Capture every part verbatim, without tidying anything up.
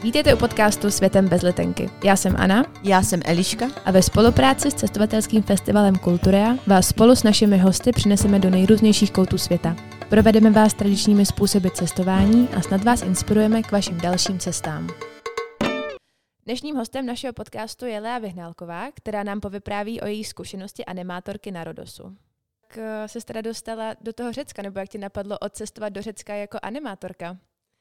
Vítejte u podcastu Světem bez letenky. Já jsem Anna. Já jsem Eliška. A ve spolupráci s cestovatelským festivalem Kulturea vás spolu s našimi hosty přineseme do nejrůznějších koutů světa. Provedeme vás tradičními způsoby cestování a snad vás inspirujeme k vašim dalším cestám. Dnešním hostem našeho podcastu je Lea Vyhnálková, která nám povypráví o její zkušenosti animátorky na Rhodosu. Jak se teda dostala do toho Řecka, nebo jak ti napadlo odcestovat do Řecka jako animátorka?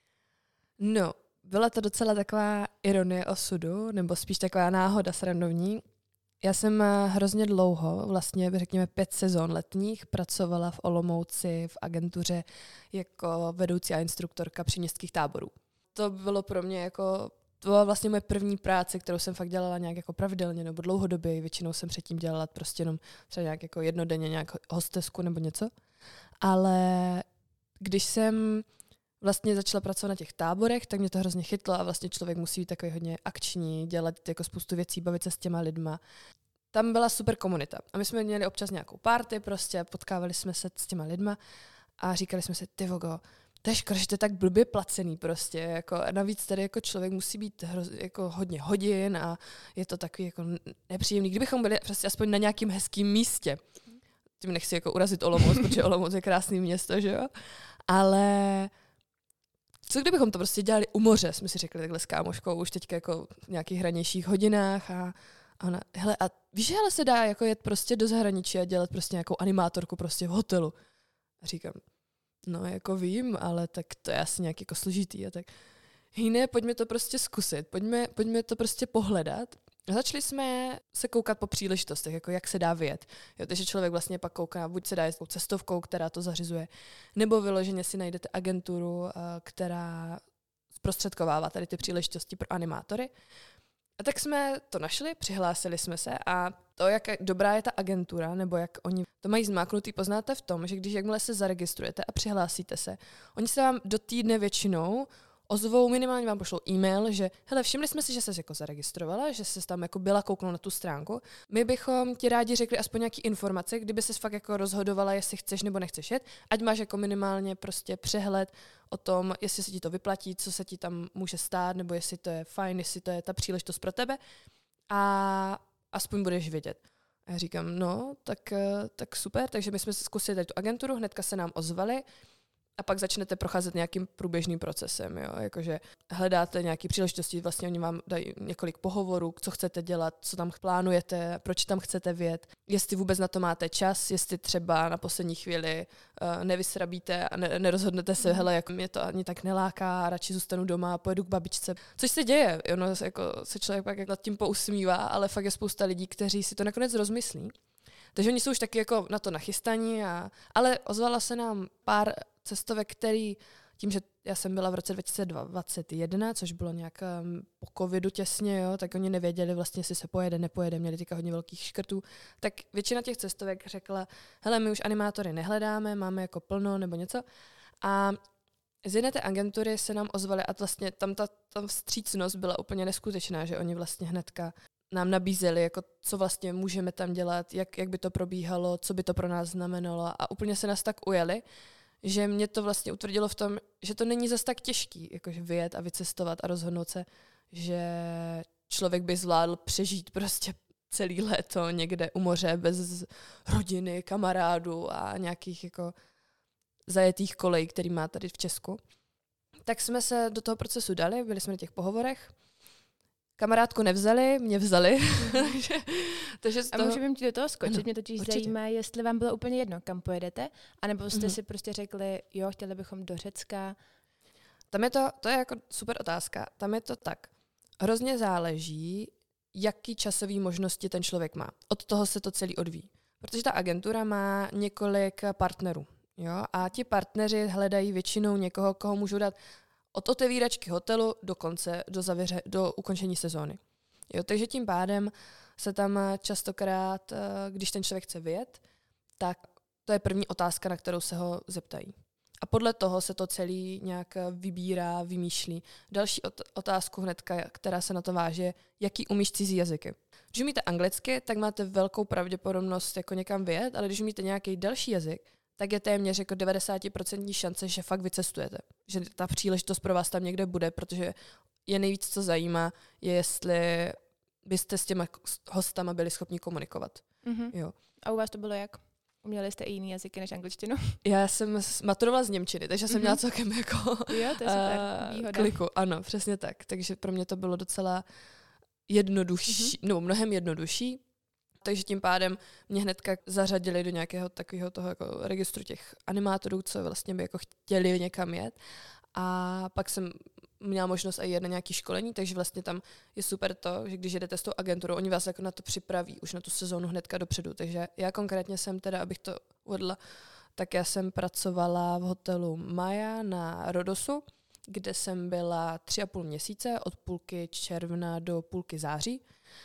No, byla to docela taková ironie osudu, nebo spíš taková náhoda srandovní. Já jsem hrozně dlouho, vlastně řekněme pět sezon letních, pracovala v Olomouci v agentuře jako vedoucí a instruktorka příměstských táborů. To bylo pro mě jako, to byla vlastně moje první práce, kterou jsem fakt dělala nějak jako pravidelně nebo dlouhodobě. Většinou jsem předtím dělala prostě jenom třeba nějak jako jednodenně nějak hostesku nebo něco. Ale když jsem vlastně začala pracovat na těch táborech, tak mě to hrozně chytlo a vlastně člověk musí být takový hodně akční, dělat jako spoustu věcí, bavit se s těma lidma. Tam byla super komunita a my jsme měli občas nějakou party, prostě potkávali jsme se s těma lidma a říkali jsme si, ty vogo, to je škoda, že to je tak blbě placený prostě, jako a navíc tady jako člověk musí být hroz, jako hodně hodin a je to takový jako nepříjemný. Kdybychom byli prostě aspoň na nějakým hezkým místě, tím nechci jako urazit Olomouc, protože Olomouc je krásný město, že jo, ale co kdybychom to prostě dělali u moře, jsme si řekli takhle s kámoškou, už teďka jako v nějakých hranějších hodinách a, a ona, hele, a víš, že ale se dá jako jet prostě do zahraničí a dělat prostě nějakou animátorku prostě v hotelu. A říkám, no jako vím, ale tak to je asi nějak jako složitý a tak. Hej ne, pojďme to prostě zkusit, pojďme, pojďme to prostě pohledat. A začali jsme se koukat po příležitostech, jako jak se dá vyjet. Jo, takže člověk vlastně pak kouká, buď se dá jet cestovkou, která to zařizuje, nebo vyloženě si najdete agenturu, která zprostředkovává tady ty příležitosti pro animátory. A tak jsme to našli, přihlásili jsme se a to, jak dobrá je ta agentura, nebo jak oni to mají zmáknutý, poznáte v tom, že když jakmile se zaregistrujete a přihlásíte se, oni se vám do týdne většinou ozvou, minimálně vám pošlou e-mail, že hele, všimli jsme si, že jsi jako zaregistrovala, že jsi tam jako byla, kouknout na tu stránku. My bychom ti rádi řekli aspoň nějaký informace, kdyby ses fakt jako rozhodovala, jestli chceš nebo nechceš jet, ať máš jako minimálně prostě přehled o tom, jestli se ti to vyplatí, co se ti tam může stát, nebo jestli to je fajn, jestli to je ta příležitost pro tebe a aspoň budeš vědět. A já říkám, no, tak, tak super, takže my jsme zkusili tady tu agenturu, hnedka se nám ozvali. A pak začnete procházet nějakým průběžným procesem, jo, jakože hledáte nějaké příležitosti, vlastně oni vám dají několik pohovorů, co chcete dělat, co tam plánujete, proč tam chcete vjet, jestli vůbec na to máte čas, jestli třeba na poslední chvíli uh, nevysrabíte a ne- nerozhodnete se, hele, jako mě to ani tak neláká, radši zůstanu doma a pojedu k babičce. Což se děje, ono jako se člověk pak nad tím pousmívá, ale fakt je spousta lidí, kteří si to nakonec rozmyslí. Takže oni jsou už taky jako na to nachystaní, a, ale ozvala se nám pár cestovek, který tím, že já jsem byla v roce dva tisíce dvacet jedna, což bylo nějak um, po covidu těsně, jo, tak oni nevěděli vlastně, jestli se pojede, nepojede, měli teďka hodně velkých škrtů, tak většina těch cestovek řekla, hele, my už animátory nehledáme, máme jako plno nebo něco. A z jedné té agentury se nám ozvali a vlastně tam ta tam vstřícnost byla úplně neskutečná, že oni vlastně hnedka nám nabízeli, jako co vlastně můžeme tam dělat, jak, jak by to probíhalo, co by to pro nás znamenalo a úplně se nás tak ujeli, že mě to vlastně utvrdilo v tom, že to není zas tak těžký, jakože vyjet a vycestovat a rozhodnout se, že člověk by zvládl přežít prostě celý léto někde u moře bez rodiny, kamarádů a nějakých jako zajetých kolejí, který má tady v Česku. Tak jsme se do toho procesu dali, byli jsme na těch pohovorech. Kamarádku nevzali, mě vzali. Takže z toho... A můžeme ti do toho skočit, ano, mě totiž určitě. zajímá, jestli vám bylo úplně jedno, kam pojedete, anebo jste Mhm. si prostě řekli, jo, chtěli bychom do Řecka. Tam je to, to je jako super otázka. Tam je to tak. Hrozně záleží, jaký časový možnosti ten člověk má. Od toho se to celý odvíjí. Protože ta agentura má několik partnerů. Jo? A ti partneři hledají většinou někoho, koho můžou dát od otevíračky hotelu do konce, do, zavěře, do ukončení sezóny. Jo? Takže tím pádem se tam častokrát, když ten člověk chce vyjet, tak to je první otázka, na kterou se ho zeptají. A podle toho se to celý nějak vybírá, vymýšlí. Další otázku hnedka, která se na to váže, jaký umíš cizí jazyky. Když umíte anglicky, tak máte velkou pravděpodobnost jako někam vyjet, ale když umíte nějaký další jazyk, tak je téměř jako devadesát procent šance, že fakt vycestujete. Že ta příležitost pro vás tam někde bude, protože je nejvíc, co zajímá, je jestli byste s těma hostama byli schopni komunikovat. Mm-hmm. Jo. A u vás to bylo jak? Uměli jste i jiný jazyky než angličtinu? Já jsem maturovala z němčiny, takže jsem mm-hmm. měla celkem jako jo, to je super, výhoda. kliku. Ano, přesně tak. Takže pro mě to bylo docela jednodušší, mm-hmm. no mnohem jednodušší. Takže tím pádem mě hnedka zařadili do nějakého takového toho jako registru těch animátorů, co vlastně by jako chtěli někam jet. A pak jsem měla možnost i jet na nějaké školení, takže vlastně tam je super to, že když jedete s tou agenturou, oni vás jako na to připraví, už na tu sezónu hnedka dopředu. Takže já konkrétně jsem teda, abych to uvedla, tak já jsem pracovala v hotelu Maja na Rodosu, kde jsem byla tři a půl měsíce, od půlky června do půlky září.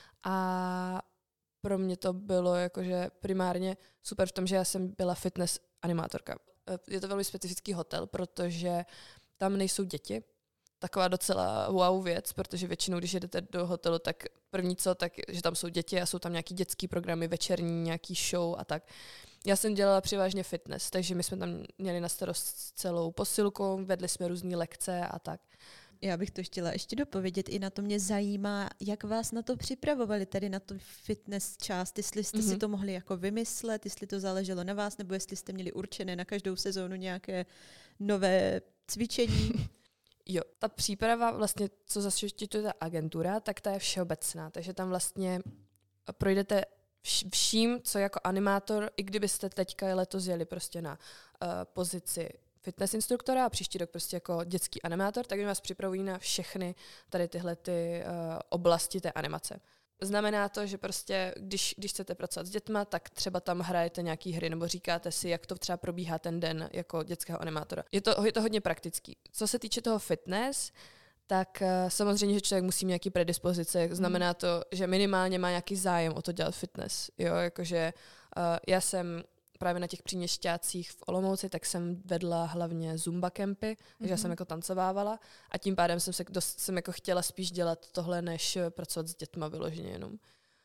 A pro mě to bylo jakože primárně super v tom, že já jsem byla fitness animátorka. Je to velmi specifický hotel, protože tam nejsou děti. Taková docela wow věc, protože většinou, když jedete do hotelu, tak první co, tak že tam jsou děti a jsou tam nějaký dětský programy, večerní, nějaký show a tak. Já jsem dělala převážně fitness, takže my jsme tam měli na starost celou posilku, vedli jsme různé lekce a tak. Já bych to chtěla ještě dopovědět, i na to mě zajímá, jak vás na to připravovali, tady na tu fitness část, jestli jste mm-hmm. si to mohli jako vymyslet, jestli to záleželo na vás, nebo jestli jste měli určené na každou sezónu nějaké nové cvičení. Jo, ta příprava vlastně, co zaštiťuje ta agentura, tak ta je všeobecná, takže tam vlastně projdete vším, co jako animátor, i kdybyste teďka letos jeli prostě na uh, pozici fitness instruktora a příští rok prostě jako dětský animátor, tak vás připravují na všechny tady tyhle ty uh, oblasti té animace. Znamená to, že prostě, když, když chcete pracovat s dětma, tak třeba tam hrajete nějaký hry nebo říkáte si, jak to třeba probíhá ten den jako dětského animátora. Je to, je to hodně praktický. Co se týče toho fitness, tak uh, samozřejmě, že člověk musí mít nějaký predispozice. Znamená to, že minimálně má nějaký zájem o to dělat fitness. Jo, jakože uh, já jsem právě na těch příměšťácích v Olomouci, tak jsem vedla hlavně zumba kempy, takže mm-hmm. já jsem jako tancovávala a tím pádem jsem se dost, jsem jako chtěla spíš dělat tohle, než pracovat s dětma vyloženě jenom.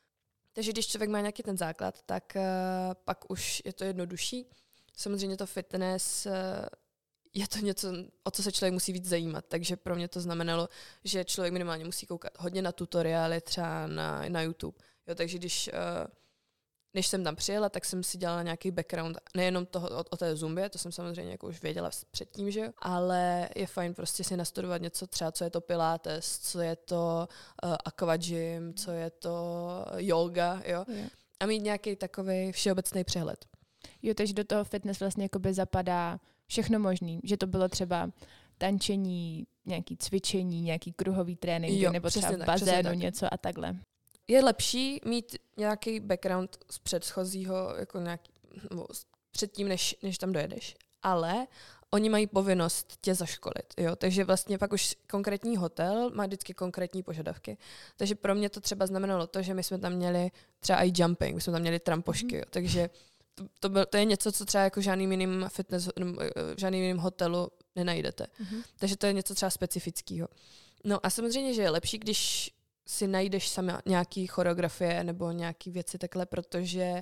Takže když člověk má nějaký ten základ, tak uh, pak už je to jednodušší. Samozřejmě to fitness uh, je to něco, o co se člověk musí víc zajímat, takže pro mě to znamenalo, že člověk minimálně musí koukat hodně na tutoriály, třeba na, na YouTube. Jo, takže když uh, Než jsem tam přijela, tak jsem si dělala nějaký background, nejenom toho, o, o té zumbě, to jsem samozřejmě jako už věděla předtím, že jo, ale je fajn prostě si nastudovat něco třeba, co je to pilates, co je to uh, aquagym, co je to yoga, jo, yeah. a mít nějaký takový všeobecný přehled. Jo, takže do toho fitness vlastně jakoby zapadá všechno možný, že to bylo třeba tančení, nějaký cvičení, nějaký kruhový trénink, jo, nebo třeba v bazénu něco a takhle. Je lepší mít nějaký background z předchozího, jako nějaký, no, předtím, než, než tam dojedeš. Ale oni mají povinnost tě zaškolit. Jo? Takže vlastně pak už konkrétní hotel má vždycky konkrétní požadavky. Takže pro mě to třeba znamenalo to, že my jsme tam měli třeba i jumping, my jsme tam měli trampošky. Mm-hmm. Jo? Takže to, to, byl, to je něco, co třeba jako žádným jiným fitness, žádným jiným hotelu nenajdete. Mm-hmm. Takže to je něco třeba specifického. No a samozřejmě, že je lepší, když si najdeš sama nějaký choreografie nebo nějaký věci takhle, protože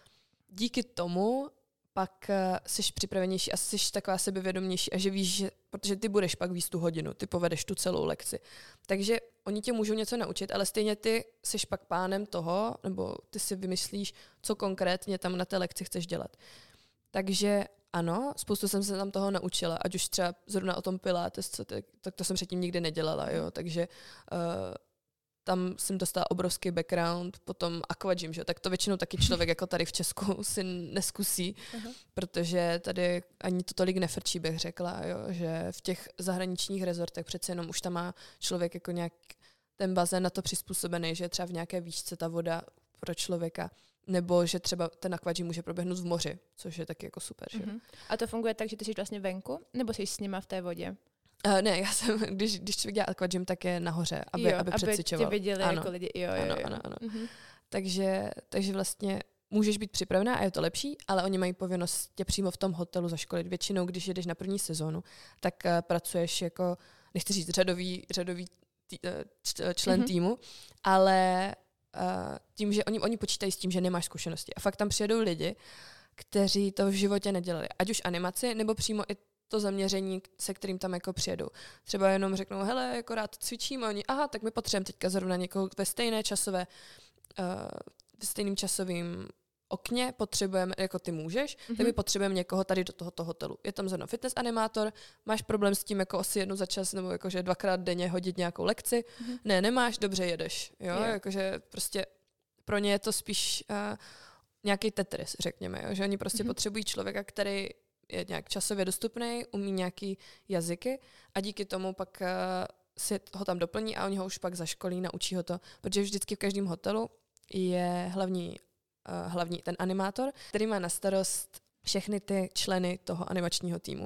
díky tomu pak jsi připravenější a jsi taková sebevědomější a že víš, že, protože ty budeš pak víc tu hodinu, ty povedeš tu celou lekci. Takže oni tě můžou něco naučit, ale stejně ty jsi pak pánem toho, nebo ty si vymyslíš, co konkrétně tam na té lekci chceš dělat. Takže ano, spoustu jsem se tam toho naučila, ať už třeba zrovna o tom pilates, co ty, tak to jsem předtím nikdy nedělala, jo, takže uh, tam jsem dostala obrovský background, potom aquagym, že? Tak to většinou taky člověk jako tady v Česku si neskusí, uh-huh. protože tady ani to tolik nefrčí, bych řekla, jo? Že v těch zahraničních rezortech přece jenom už tam má člověk jako nějak ten bazén na to přizpůsobený, že je třeba v nějaké výšce ta voda pro člověka, nebo že třeba ten aquagym může proběhnout v moři, což je taky jako super. Že? Uh-huh. A to funguje tak, že ty jsi vlastně venku, nebo jsi s nima v té vodě? Uh, ne, já jsem, když, když člověk dělá aquagym, tak je nahoře, aby, jo, aby přecvičoval. Aby tě viděli ano. jako lidi. Jo, jo, ano, jo. ano, ano. Uh-huh. Takže, takže vlastně můžeš být připravená a je to lepší, ale oni mají povinnost tě přímo v tom hotelu zaškolit. Většinou, když jedeš na první sezónu, tak uh, pracuješ jako, nechci říct řadový, řadový tý, uh, člen uh-huh. týmu, ale uh, tím, že oni, oni počítají s tím, že nemáš zkušenosti. A fakt tam přijedou lidi, kteří to v životě nedělali. Ať už animaci, nebo přímo i to zaměření, se kterým tam jako přijedou. Třeba jenom řeknou, hele, jako rád cvičím a oni, aha, tak my potřebujeme teďka zrovna někoho ve stejné časové, uh, ve stejným časovým okně potřebujeme, jako ty můžeš, mm-hmm. tak my potřebujeme někoho tady do tohoto hotelu. Je tam zrovna fitness animátor, máš problém s tím jako asi jednou za čas, nebo jakože dvakrát denně hodit nějakou lekci. Mm-hmm. Ne, nemáš, dobře jedeš. Jo, yeah. jakože prostě pro ně je to spíš uh, nějaký Tetris, řekněme, jo? Že oni prostě mm-hmm. potřebují člověka, který je nějak časově dostupný, umí nějaký jazyky a díky tomu pak uh, si ho tam doplní a oni ho už pak zaškolí, naučí ho to, protože vždycky v každém hotelu je hlavní Uh, hlavní ten animátor, který má na starost všechny ty členy toho animačního týmu.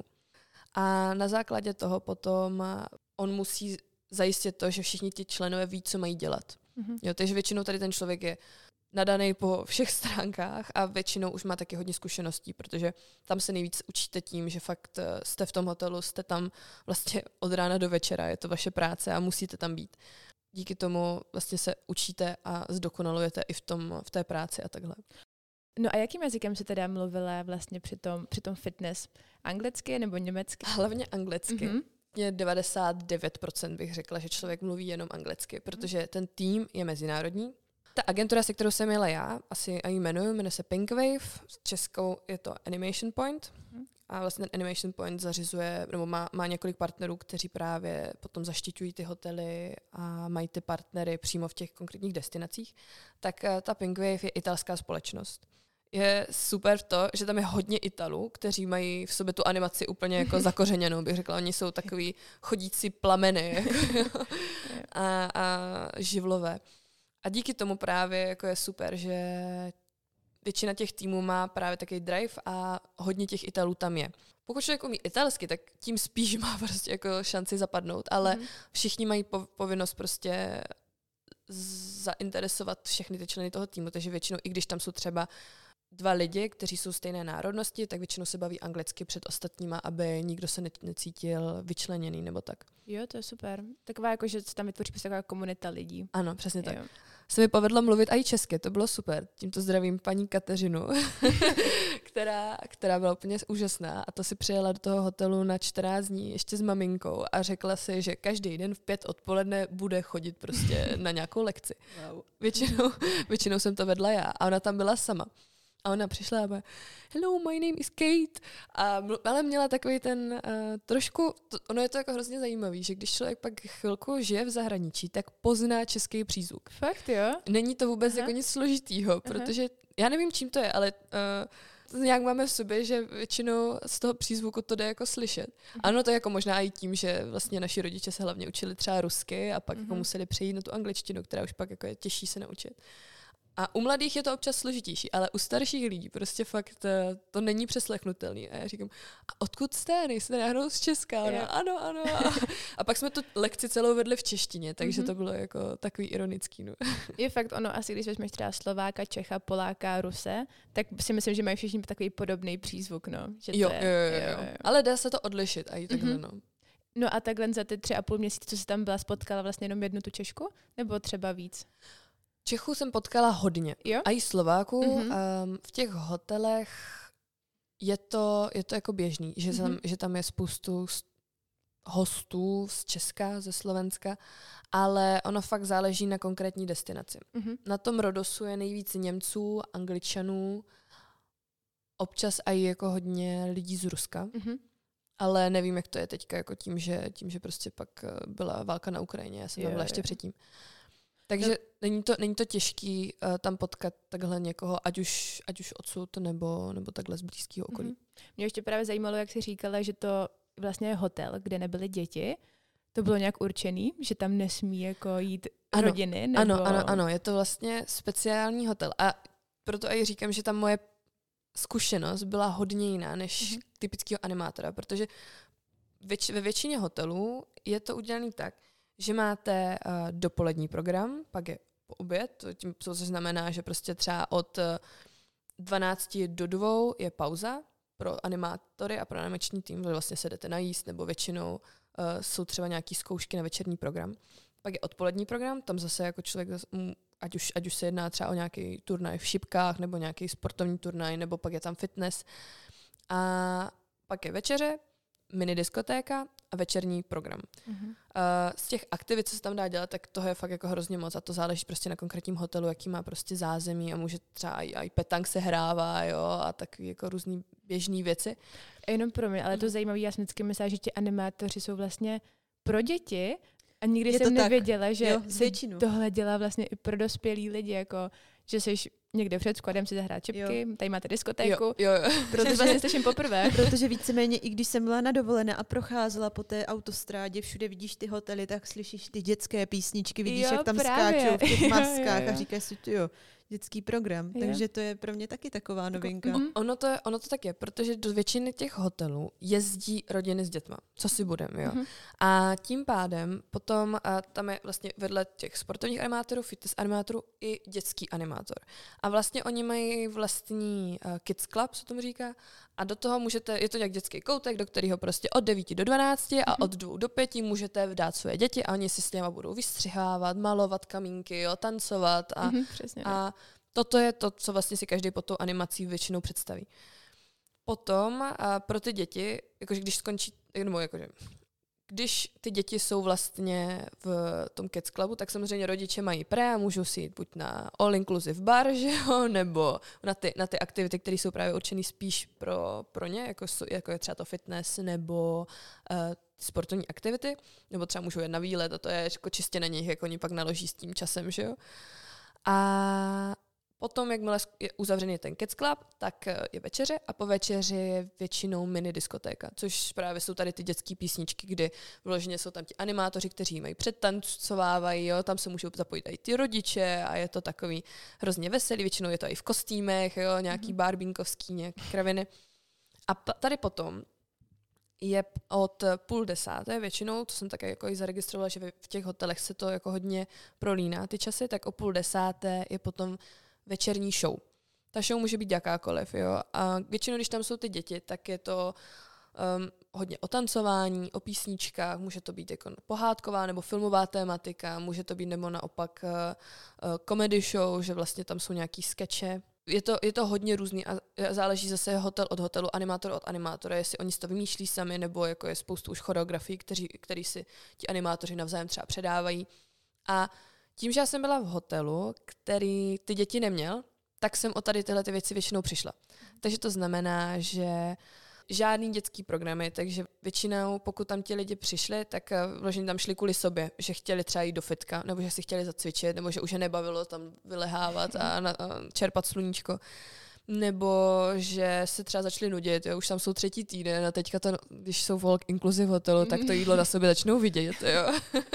A na základě toho potom uh, on musí zajistit to, že všichni ti členové ví, co mají dělat. Mm-hmm. Jo, takže většinou tady ten člověk je nadaný po všech stránkách a většinou už má taky hodně zkušeností, protože tam se nejvíc učíte tím, že fakt uh, jste v tom hotelu, jste tam vlastně od rána do večera, je to vaše práce a musíte tam být. Díky tomu vlastně se učíte a zdokonalujete i v, tom, v té práci a takhle. No a jakým jazykem se teda mluvila vlastně při tom, při tom fitness? Anglicky nebo německy? Hlavně anglicky. Mm-hmm. Je devadesát devět procent bych řekla, že člověk mluví jenom anglicky, protože ten tým je mezinárodní. Ta agentura, se kterou jsem jela já, asi ji jmenuji, jmenuje se Pinkwave, s českou je to Animation Point. Mm-hmm. A vlastně ten Animation Point zařizuje, nebo má, má několik partnerů, kteří právě potom zaštiťují ty hotely a mají ty partnery přímo v těch konkrétních destinacích. Tak ta Pinkwave je italská společnost. Je super to, že tam je hodně Italů, kteří mají v sobě tu animaci úplně jako zakořeněnou, bych řekla. Oni jsou takový chodící plameny jako, a, a živlové. A díky tomu právě jako je super, že většina těch týmů má právě takový drive a hodně těch Italů tam je. Pokud člověk umí italsky, tak tím spíš má prostě jako šanci zapadnout, ale mm. všichni mají povinnost prostě zainteresovat všechny ty členy toho týmu, takže většinou, i když tam jsou třeba dva lidi, kteří jsou stejné národnosti, tak většinou se baví anglicky před ostatníma, aby nikdo se necítil vyčleněný nebo tak. Jo, to je super. Taková jako, že se tam vytvoří taková komunita lidí. Ano, přesně tak. Jo. Se mi povedlo mluvit i česky, to bylo super. Tímto zdravím paní Kateřinu, která, která byla úplně úžasná a to si přijela do toho hotelu na čtrnáct dní ještě s maminkou a řekla si, že každý den v pět odpoledne bude chodit prostě na nějakou lekci. Wow. Většinou, většinou jsem to vedla já a ona tam byla sama. A ona přišla a byla, hello, my name is Kate. A mlu- ale měla takový ten uh, trošku, to, ono je to jako hrozně zajímavý, že když člověk pak chvilku žije v zahraničí, tak pozná český přízvuk. Fakt, jo? Není to vůbec Aha. jako nic složitýho, protože já nevím, čím to je, ale uh, nějak máme v sobě, že většinou z toho přízvuku to jde jako slyšet. Uh-huh. Ano, to je jako možná i tím, že vlastně naši rodiče se hlavně učili třeba rusky a pak uh-huh. jako museli přejít na tu angličtinu, která už pak jako je těžší se naučit. A u mladých je to občas složitější, ale u starších lidí prostě fakt to není přeslechnutelný. A já říkám, a odkud jste? Nejste náhodou z Česka? Ona, ano, ano. A pak jsme tu lekci celou vedli v češtině, takže mm-hmm. to bylo jako takový ironický. No. Je fakt ono, asi když vezmeš třeba Slováka, Čecha, Poláka, Ruse, tak si myslím, že mají všichni takový podobný přízvuk. No. Že jo, to je, jo, jo, jo, jo. Ale dá se to odlišit a i takhle, mm-hmm. no. No a takhle za ty tři a půl měsíce, co jsi tam byla, spotkala vlastně jenom jednu tu Češku? Nebo třeba víc? Čechů jsem potkala hodně. Jo? A i Slováků. Mm-hmm. Um, v těch hotelech je to, je to jako běžný, že, mm-hmm. tam, že tam je spoustu hostů z Česka, ze Slovenska, ale ono fakt záleží na konkrétní destinaci. Mm-hmm. Na tom Rhodosu je nejvíc Němců, Angličanů, občas i jako hodně lidí z Ruska, mm-hmm. ale nevím, jak to je teďka jako tím, že, tím, že prostě pak byla válka na Ukrajině, já jsem tam byla ještě předtím. Takže no. není, to, není to těžký uh, tam potkat takhle někoho, ať už, ať už odsud, nebo, nebo takhle z blízkého okolí. Mm-hmm. Mě ještě právě zajímalo, jak jsi říkala, že to vlastně je hotel, kde nebyly děti. To bylo nějak určený, že tam nesmí jako jít ano, rodiny? Nebo... Ano, ano, ano, je to vlastně speciální hotel. A proto i říkám, že ta moje zkušenost byla hodně jiná než mm-hmm. typického animátora, protože věč, ve většině hotelů je to udělané tak, že máte uh, dopolední program, pak je po oběd, tím, co znamená, že prostě třeba od uh, dvanácti do dvou je pauza pro animátory a pro animační tým, že vlastně se jdete najíst, nebo většinou uh, jsou třeba nějaký zkoušky na večerní program. Pak je odpolední program, tam zase jako člověk, ať už, ať už se jedná třeba o nějaký turnaj v šipkách, nebo nějaký sportovní turnaj, nebo pak je tam fitness. A pak je večeře, mini diskotéka a večerní program. Mhm. Uh, z těch aktivit, co se tam dá dělat, tak toho je fakt jako hrozně moc a to záleží prostě na konkrétním hotelu, jaký má prostě zázemí a může třeba i, i petang se hrává, jo, a takový jako různý běžný věci. A jenom pro mě, ale to zajímavé, já jsem vždycky myslela, že ti animátoři jsou vlastně pro děti a nikdy Je jsem to tak. nevěděla, že Jo, se většinu. tohle dělá vlastně i pro dospělí lidi, jako že jsi někde před skladem si zahrát čipky, Jo. tady máte diskotéku, Jo, jo, jo. protože vlastně slyším poprvé. Protože víceméně, i když jsem byla na dovolené a procházela po té autostrádě, všude vidíš ty hotely, tak slyšíš ty dětské písničky, vidíš, Jo, jak tam právě. skáčou v těch Jo, maskách jo, jo. a říkáš si, ty jo, dětský program. Jo. Takže to je pro mě taky taková novinka. Mhm. Ono to, je, ono to tak je, protože do většiny těch hotelů jezdí rodiny s dětma, co si budem, jo. Mhm. A tím pádem potom a tam je vlastně vedle těch sportovních animátorů, fitness animátorů i dětský animátor. A vlastně oni mají vlastní uh, kids club, co tomu říká, a do toho můžete, je to nějak dětský koutek, do kterého prostě od devíti do dvanácti a od dvou do pěti můžete dát své děti a oni si s těma budou vystřihávat, malovat kamínky, jo, tancovat a, Mhm, přesně. a toto je to, co vlastně si každý pod tou animací většinou představí. Potom a pro ty děti, jakože když skončí, nebo jakože, když ty děti jsou vlastně v tom Kids Clubu, tak samozřejmě rodiče mají pre a můžou si jít buď na all-inclusive bar, že jo, nebo na ty, na ty aktivity, které jsou právě určené spíš pro, pro ně, jako, jsou- jako je třeba to fitness nebo uh, sportovní aktivity, nebo třeba můžou jít na výlet a to je jako čistě na nich, jak oni pak naloží s tím časem, že jo. A potom, jakmile je uzavřený ten Kids Club, tak je večeře a po večeři je většinou mini diskotéka, což právě jsou tady ty dětské písničky, kdy vloženě jsou tam ti animátoři, kteří mají předtancovávají, jo, tam se můžou zapojit i ty rodiče a je to takový hrozně veselý, většinou je to i v kostýmech, jo, nějaký mm-hmm. barbínkovský, nějaký kraviny. A p- tady potom je od půl desáté většinou, to jsem také jako i zaregistrovala, že v těch hotelech se to jako hodně prolíná ty časy, tak o půl desáté je potom večerní show. Ta show může být jakákoliv, jo. A většinou, když tam jsou ty děti, tak je to um, hodně o tancování, o písničkách, může to být jako pohádková nebo filmová tématika, může to být nebo naopak uh, uh, comedy show, že vlastně tam jsou nějaký skeče. Je to, je to hodně různý a záleží zase hotel od hotelu, animátor od animátora, jestli oni si to vymýšlí sami, nebo jako je spoustu už choreografií, kteří, který si ti animátoři navzájem třeba předávají. A tím, že já jsem byla v hotelu, který ty děti neměl, tak jsem o tady tyhle ty věci většinou přišla. Takže to znamená, že žádný dětský programy, takže většinou, pokud tam ti lidi přišli, tak vloženě tam šli kvůli sobě, že chtěli třeba jít do fitka, nebo že si chtěli zacvičit, nebo že už je nebavilo tam vylehávat a, na, a čerpat sluníčko. Nebo že se třeba začali nudit, jo, už tam jsou třetí týden a teďka to, když jsou v inclusive hotelu, tak to jídlo na sobě začnou vidět, jo.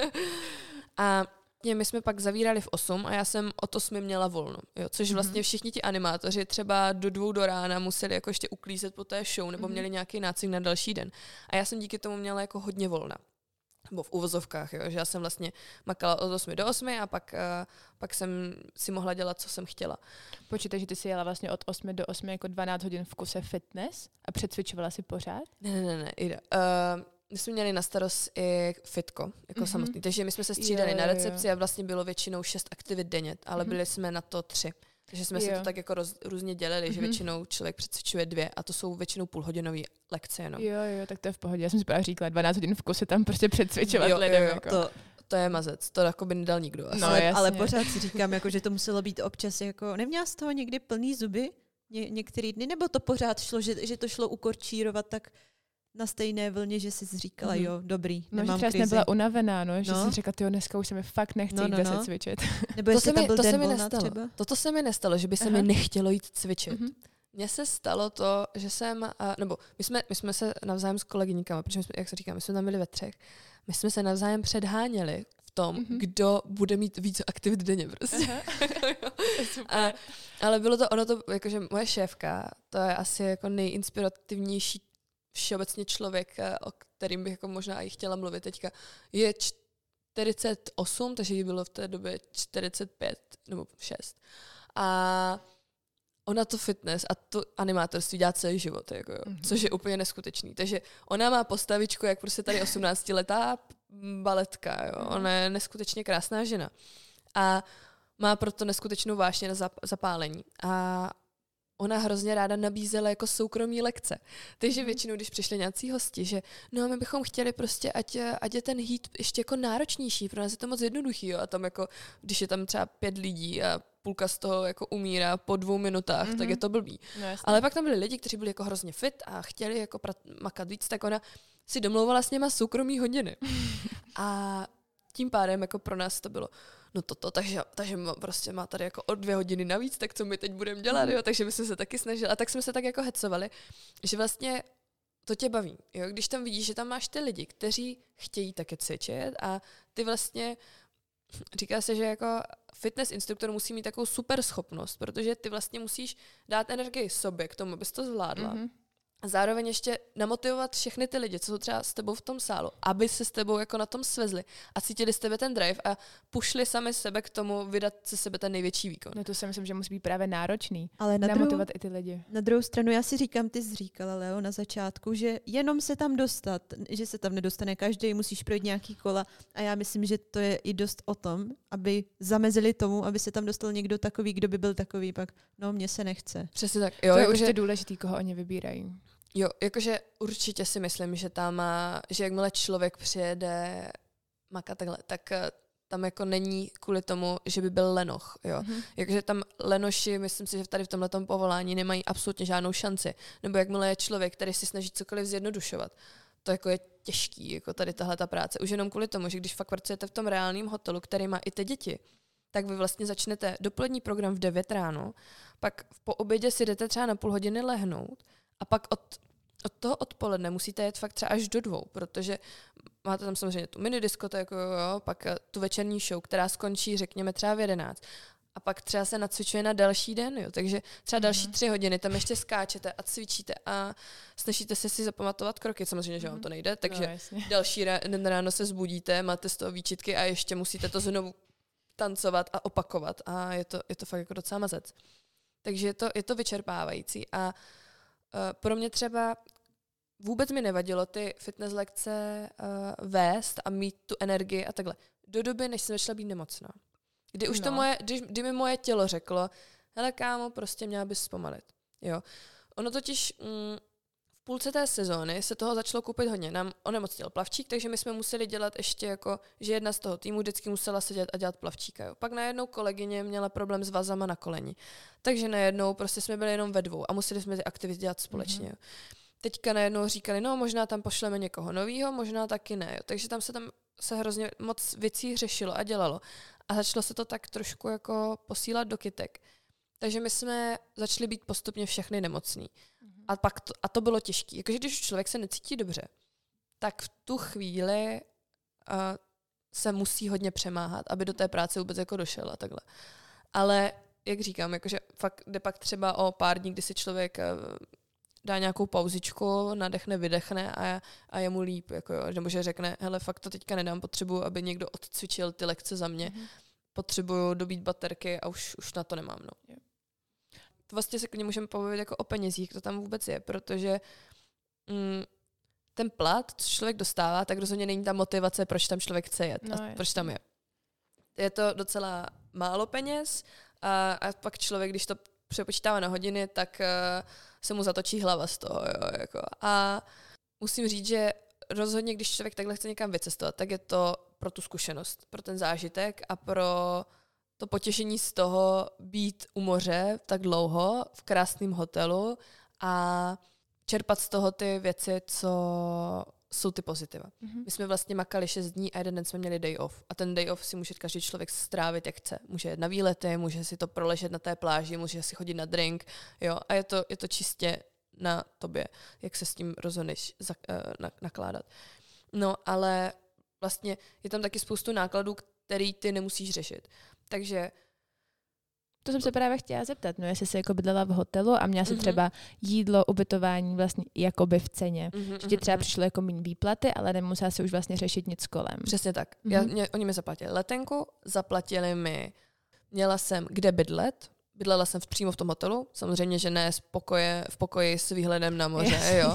A my jsme pak zavírali v osm a já jsem od osmi měla volno, jo, což vlastně všichni ti animátoři třeba do dvou do rána museli jako ještě uklízet po té show nebo měli nějaký nácvik na další den. A já jsem díky tomu měla jako hodně volna. Nebo v uvozovkách, jo, že já jsem vlastně makala od osmi do osmi a pak, uh, pak jsem si mohla dělat, co jsem chtěla. Počítej, že ty jsi jela vlastně od osmi do osmi jako dvanáct hodin v kuse fitness a přecvičovala si pořád? Ne, ne, ne, ne, Ida. Uh, my jsme měli na starost i fitko, jako mm-hmm. samotný. Takže my jsme se střídali jo, jo, na recepci jo. a vlastně bylo většinou šest aktivit denně, ale mm-hmm. byli jsme na to tři. Takže jsme jo. si to tak jako roz, různě dělali, mm-hmm. že většinou člověk přecvičuje dvě a to jsou většinou půlhodinové lekce jenom. Jo, jo, tak to je v pohodě. Já jsem si právě říkala, dvanáct hodin v kuse tam prostě přecvičovat jo, lidem. Jo, jo. Jako. To, to je mazec, to jako by nedal nikdo. Asi. No, ale, jasně. ale pořád si říkám, jako, že to muselo být občas jako, neměla z toho někdy plný zuby ně, některý dny, nebo to pořád šlo, že, že to šlo ukorčírovat tak na stejné vlně, že jsi říkala, mm-hmm. jo, dobrý, no, nemám že krizi. nebyla unavená, no, že No. jsem řekla, tyjo, dneska už se mi fakt nechce No, jít no, deset no. cvičit. Nebo To jestli se, tam mi, byl to se den mi volna nestalo. třeba. Toto se mi nestalo, že by se Aha. mi nechtělo jít cvičit. Mhm. Mně se stalo to, že jsem, a, nebo my jsme, my jsme se navzájem s kolegyníkama, protože my jsme, jak se říká, my jsme tam byli ve třech, my jsme se navzájem předháněli v tom, Mhm. kdo bude mít víc aktivit denně prostě. a, ale bylo to, ono to, jakože moje šéfka, to je asi jako nejinspirativnější všeobecně člověk, o kterým bych jako možná i chtěla mluvit teďka, je čtyřicet osm, takže jí bylo v té době čtyřicet pět nebo šest. A ona to fitness a to animátorství dělá celý život, jako jo, mm-hmm. což je úplně neskutečný. Takže ona má postavičku, jak prostě tady osmnáctiletá baletka, jo. Ona je neskutečně krásná žena. A má proto neskutečnou vášně na zap- zapálení. A ona hrozně ráda nabízela jako soukromí lekce. Takže většinou, když přišli nějací hosti, že no my bychom chtěli prostě, ať, ať je ten heat ještě jako náročnější, pro nás je to moc jednoduchý, jo? A tam jako, když je tam třeba pět lidí a půlka z toho jako umírá po dvou minutách, mm-hmm. tak je to blbý. No, ale pak tam byli lidi, kteří byli jako hrozně fit a chtěli jako prat- makat víc, tak ona si domlouvala s něma soukromí hodiny. A tím pádem jako pro nás to bylo no toto, takže, takže prostě má tady jako o dvě hodiny navíc, tak co my teď budeme dělat, jo? Takže my jsme se taky snažili. A tak jsme se tak jako hecovali, že vlastně to tě baví. Jo? Když tam vidíš, že tam máš ty lidi, kteří chtějí také cvičit a ty vlastně, říká se, že jako fitness instruktor musí mít takovou super schopnost, protože ty vlastně musíš dát energii sobě k tomu, abys to zvládla. Mm-hmm. A zároveň ještě namotivovat všechny ty lidi, co jsou třeba s tebou v tom sálu, aby se s tebou jako na tom svezli a cítili z tebe ten drive a pušli sami sebe k tomu vydat se sebe ten největší výkon. No to si myslím, že musí být právě náročný. Ale na namotivovat druhou, i ty lidi. Na druhou stranu já si říkám, ty jsi říkala, Leo, na začátku, že jenom se tam dostat, že se tam nedostane každý, musíš projít nějaký kola a já myslím, že to je i dost o tom, aby zamezili tomu, aby se tam dostal někdo takový, kdo by byl takový, pak no mně se nechce. Přesně tak. Jo, to je jako určitě že... důležitý, koho oni vybírají. Jo, jakože určitě si myslím, že tam, že jakmile člověk přijede makat takhle, tak tam jako není kvůli tomu, že by byl lenoch, jo. Mm-hmm. Jakože tam lenoši, myslím si, že tady v tomhletom povolání nemají absolutně žádnou šanci. Nebo jakmile je člověk, který si snaží cokoliv zjednodušovat. To jako je těžký, jako tady tahle ta práce. Už jenom kvůli tomu, že když fakt pracujete v tom reálném hotelu, který má i ty děti, tak vy vlastně začnete dopolední program v devět ráno, pak po obědě si jdete třeba na půl hodiny lehnout a pak od, od toho odpoledne musíte jet fakt třeba až do dvou, protože máte tam samozřejmě tu mini diskotéku, jo, pak tu večerní show, která skončí, řekněme, třeba v jedenáct. A pak třeba se nacvičuje na další den, jo. Takže třeba mm-hmm. další tři hodiny tam ještě skáčete a cvičíte a snažíte se si zapamatovat kroky. Samozřejmě, že vám to nejde, takže no, další den ráno se zbudíte, máte z toho výčitky a ještě musíte to znovu tancovat a opakovat a je to, je to fakt jako docela mazec. Takže je to, je to vyčerpávající a uh, pro mě třeba vůbec mi nevadilo ty fitness lekce uh, vést a mít tu energii a takhle. Do doby, než jsem začala být nemocná. Kdy už no. to moje, kdy, kdy mi moje tělo řeklo, hele kámo, prostě měla bys zpomalit. Jo. Ono totiž mm, v půlce té sezóny se toho začalo koupit hodně. Nám onemocněl plavčík, takže my jsme museli dělat ještě jako, že jedna z toho týmu vždycky musela sedět a dělat plavčíka. Jo. Pak najednou kolegyně měla problém s vazama na koleni. Takže najednou prostě jsme byli jenom ve dvou a museli jsme ty aktivity dělat společně. Mm-hmm. Teďka najednou říkali, no možná tam pošleme někoho novýho, možná taky ne. Jo. Takže tam se tam se hrozně moc věcí řešilo a dělalo. A začalo se to tak trošku jako posílat do kytek. Takže my jsme začali být postupně všechny nemocný. Mm-hmm. A pak to, a to bylo těžké. Jakože když člověk se necítí dobře, tak v tu chvíli uh, se musí hodně přemáhat, aby do té práce vůbec jako došel a takhle. Ale jak říkám, jakože fakt jde pak třeba o pár dní, kdy si člověk uh, dá nějakou pauzičku, nadechne, vydechne a, a je mu líp. Jako jo. Nebo že řekne, hele, fakt to teďka nedám, potřebuji, aby někdo odcvičil ty lekce za mě. Mm-hmm. Potřebuju dobít baterky a už, už na to nemám. No. Yeah. To vlastně se klidně můžeme povědět jako o penězích, to tam vůbec je, protože mm, ten plat, co člověk dostává, tak rozhodně není ta motivace, proč tam člověk chce jet no, a proč tam je. Je to docela málo peněz a, a pak člověk, když to přepočítává na hodiny, tak uh, se mu zatočí hlava z toho. Jo, jako. A musím říct, že rozhodně, když člověk takhle chce někam vycestovat, tak je to pro tu zkušenost, pro ten zážitek a pro to potěšení z toho být u moře tak dlouho v krásném hotelu a čerpat z toho ty věci, co jsou ty pozitiva. Mm-hmm. My jsme vlastně makali šest dní a jeden den jsme měli day off. A ten day off si může každý člověk strávit, jak chce. Může jít na výlety, může si to proležet na té pláži, může si chodit na drink. Jo? A je to, je to čistě na tobě, jak se s tím rozhodneš zak, uh, nakládat. No, ale vlastně je tam taky spoustu nákladů, který ty nemusíš řešit. Takže to jsem se právě chtěla zeptat, no jestli jsi jako bydlela v hotelu a měla jsi mm-hmm. třeba jídlo, ubytování vlastně jakoby v ceně. Mm-hmm, že ti třeba přišlo jako méně výplaty, ale nemusela si už vlastně řešit nic kolem. Přesně tak. Mm-hmm. Já, mě, oni mi zaplatili letenku, zaplatili mi, měla jsem kde bydlet, bydlela jsem v, přímo v tom hotelu, samozřejmě, že ne z pokoje, v pokoji s výhledem na moře, jo.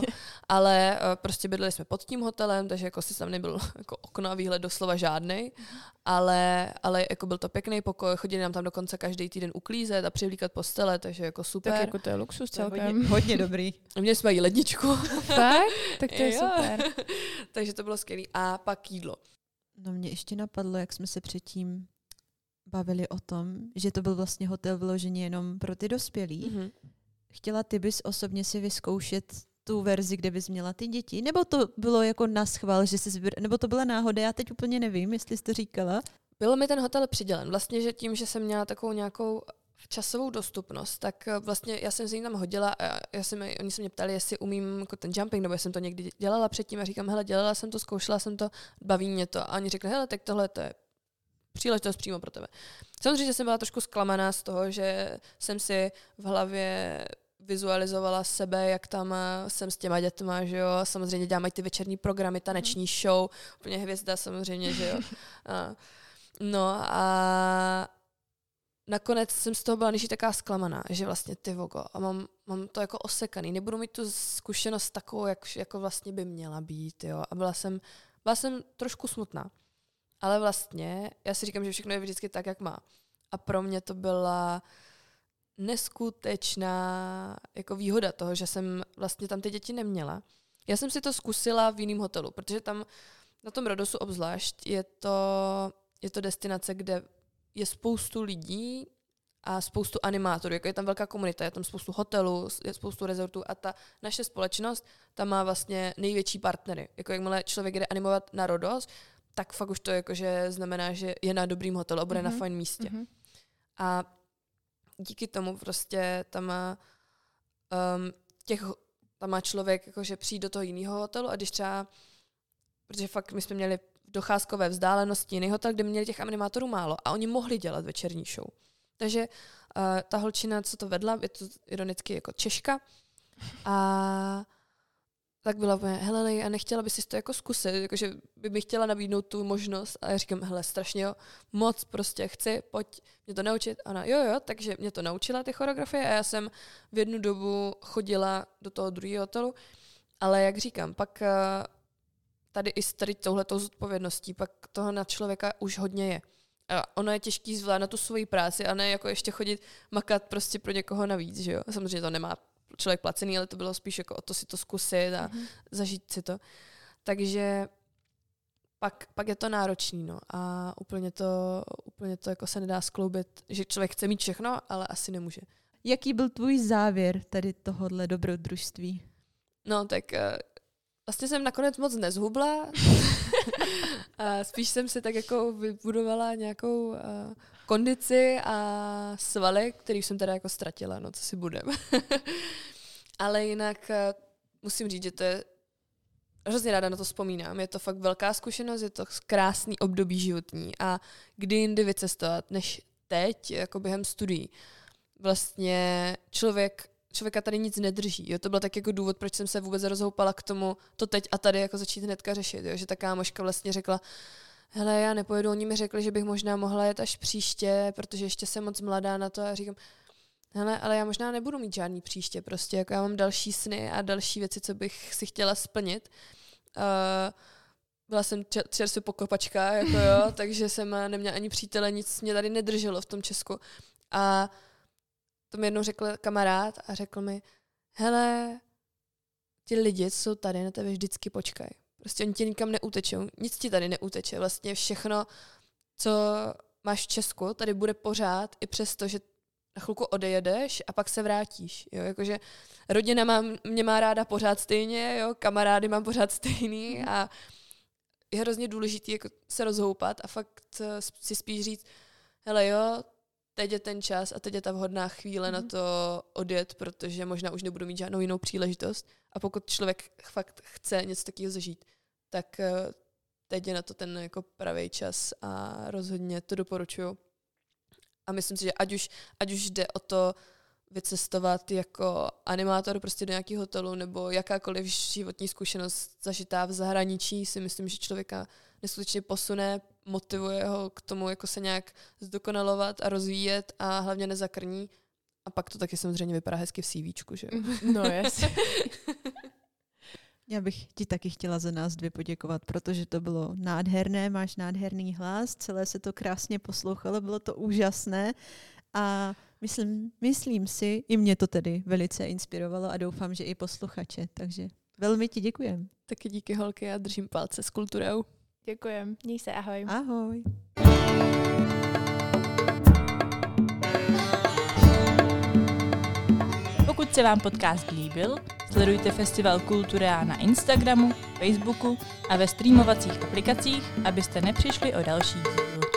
Ale uh, prostě bydleli jsme pod tím hotelem, takže jako si tam nebyl jako okno a výhled doslova žádnej, ale, ale jako byl to pěkný pokoj, chodili nám tam dokonce každý týden uklízet a přivlíkat postele, takže jako super. Tak jako to je luxus celkem. Hodně, hodně dobrý. Měli jsme i ledničku. Fakt? Tak to je Jo. super. Takže to bylo skvělé. A pak jídlo. No mě ještě napadlo, jak jsme se předtím bavili o tom, že to byl vlastně hotel vyložený jenom pro ty dospělí. Mm-hmm. Chtěla ty bys osobně si vyzkoušet tu verzi, kde bys měla ty děti? Nebo to bylo jako naschvál, že jsi zbyr... nebo to byla náhoda? Já teď úplně nevím, jestli jsi to říkala. Byl mi ten hotel přidělen. Vlastně, že tím, že jsem měla takovou nějakou časovou dostupnost, tak vlastně já jsem se jim tam hodila a já jsem, oni se mě ptali, jestli umím jako ten jumping, nebo jsem to někdy dělala předtím a říkám, hele, dělala jsem to, zkoušela jsem to, baví mě to. A oni řekli, hele, tak tohle to je příležitost přímo pro tebe. Samozřejmě jsem byla trošku zklamaná z toho, že jsem si v hlavě vizualizovala sebe, jak tam jsem s těma dětma, že jo, samozřejmě dělám i ty večerní programy, taneční show, úplně hvězda samozřejmě, že jo. A, no a nakonec jsem z toho byla než taková zklamaná, že vlastně ty vogo, a mám, mám to jako osekaný, nebudu mít tu zkušenost takovou, jak, jako vlastně by měla být, jo, a byla jsem, byla jsem trošku smutná. Ale vlastně, já si říkám, že všechno je vždycky tak, jak má. A pro mě to byla neskutečná jako výhoda toho, že jsem vlastně tam ty děti neměla. Já jsem si to zkusila v jiném hotelu, protože tam na tom Rhodosu obzvlášť je to, je to destinace, kde je spoustu lidí a spoustu animátorů. Jako je tam velká komunita, je tam spoustu hotelů, je spoustu rezortů a ta naše společnost tam má vlastně největší partnery. Jako jakmile člověk jde animovat na Rhodos, tak fakt už to jakože znamená, že je na dobrým hotelu a bude mm-hmm. na fajn místě. Mm-hmm. A díky tomu prostě tam má, um, těch, tam má člověk jakože přijít do toho jiného hotelu a když třeba, protože fakt my jsme měli docházkové vzdálenosti jiný hotel, kde měli těch animátorů málo a oni mohli dělat večerní show. Takže uh, ta holčina, co to vedla, je to ironicky jako Češka a tak byla úplně, hele, a nechtěla by si to jako zkusit, jakože by mi chtěla nabídnout tu možnost a já říkám, hele, strašně jo, moc prostě chci, pojď mě to naučit. A ona, jo, jo, takže mě to naučila ty choreografie a já jsem v jednu dobu chodila do toho druhého hotelu, ale jak říkám, pak tady i s tady touhletou zodpovědností, pak toho na člověka už hodně je. A ono je těžký zvládnout tu svoji práci a ne jako ještě chodit makat prostě pro někoho navíc, že jo. Samozřejmě to nemá člověk placený, ale to bylo spíš jako o to si to zkusit a mm-hmm. zažít si to. Takže pak, pak je to náročný, no. A úplně to, úplně to jako se nedá skloubit, že člověk chce mít všechno, ale asi nemůže. Jaký byl tvůj závěr tady tohohle dobrodružství? No, tak vlastně jsem nakonec moc nezhubla. A spíš jsem si tak jako vybudovala nějakou uh, kondici a svaly, který jsem teda jako ztratila, no co si budem. Ale jinak uh, musím říct, že to je hrozně ráda na to vzpomínám. Je to fakt velká zkušenost, je to krásný období životní a kdy jindy vycestovat, než teď, jako během studií. Vlastně člověk člověka tady nic nedrží. Jo? To byl tak jako důvod, proč jsem se vůbec rozhoupala k tomu to teď a tady jako začít hnedka řešit. Jo? Že ta kámoška vlastně řekla, hele, já nepojedu, oni mi řekli, že bych možná mohla jet až příště, protože ještě jsem moc mladá na to a říkám, hele, ale já možná nebudu mít žádný příště, prostě jako já mám další sny a další věci, co bych si chtěla splnit. Uh, byla jsem čerstvě pokopačka, jako jo, takže jsem neměla ani přítele, nic mě tady nedrželo v tom Česku. A to mi jednou řekl kamarád a řekl mi, hele, ti lidi, co jsou tady, na tebe vždycky počkají. Prostě oni tě nikam neutečou, nic ti tady neuteče. Vlastně všechno, co máš v Česku, tady bude pořád, i přesto, že na chvilku odejedeš a pak se vrátíš. Jo? Jakože rodina má, mě má ráda pořád stejně, jo? Kamarády mám pořád stejný a je hrozně důležitý jako se rozhoupat a fakt si spíš říct, hele jo, teď je ten čas a teď je ta vhodná chvíle mm. na to odjet, protože možná už nebudu mít žádnou jinou příležitost. A pokud člověk fakt chce něco takového zažít, tak teď je na to ten jako pravý čas a rozhodně to doporučuju. A myslím si, že ať už, ať už jde o to vycestovat jako animátor prostě do nějakého hotelu nebo jakákoliv životní zkušenost zažitá v zahraničí, si myslím, že člověka neskutečně posune, motivuje ho k tomu jako se nějak zdokonalovat a rozvíjet a hlavně nezakrní. A pak to taky samozřejmě vypadá hezky v CVčku, že jo? No jasně. Já bych ti taky chtěla za nás dvě poděkovat, protože to bylo nádherné, máš nádherný hlas, celé se to krásně poslouchalo, bylo to úžasné a myslím, myslím si, i mě to tedy velice inspirovalo a doufám, že i posluchače, takže velmi ti děkujem. Taky díky holky a držím palce s kulturou. Děkujem, měj se, ahoj. Ahoj. Pokud se vám podcast líbil, sledujte Festival Kultura na Instagramu, Facebooku a ve streamovacích aplikacích, abyste nepřišli o další díl.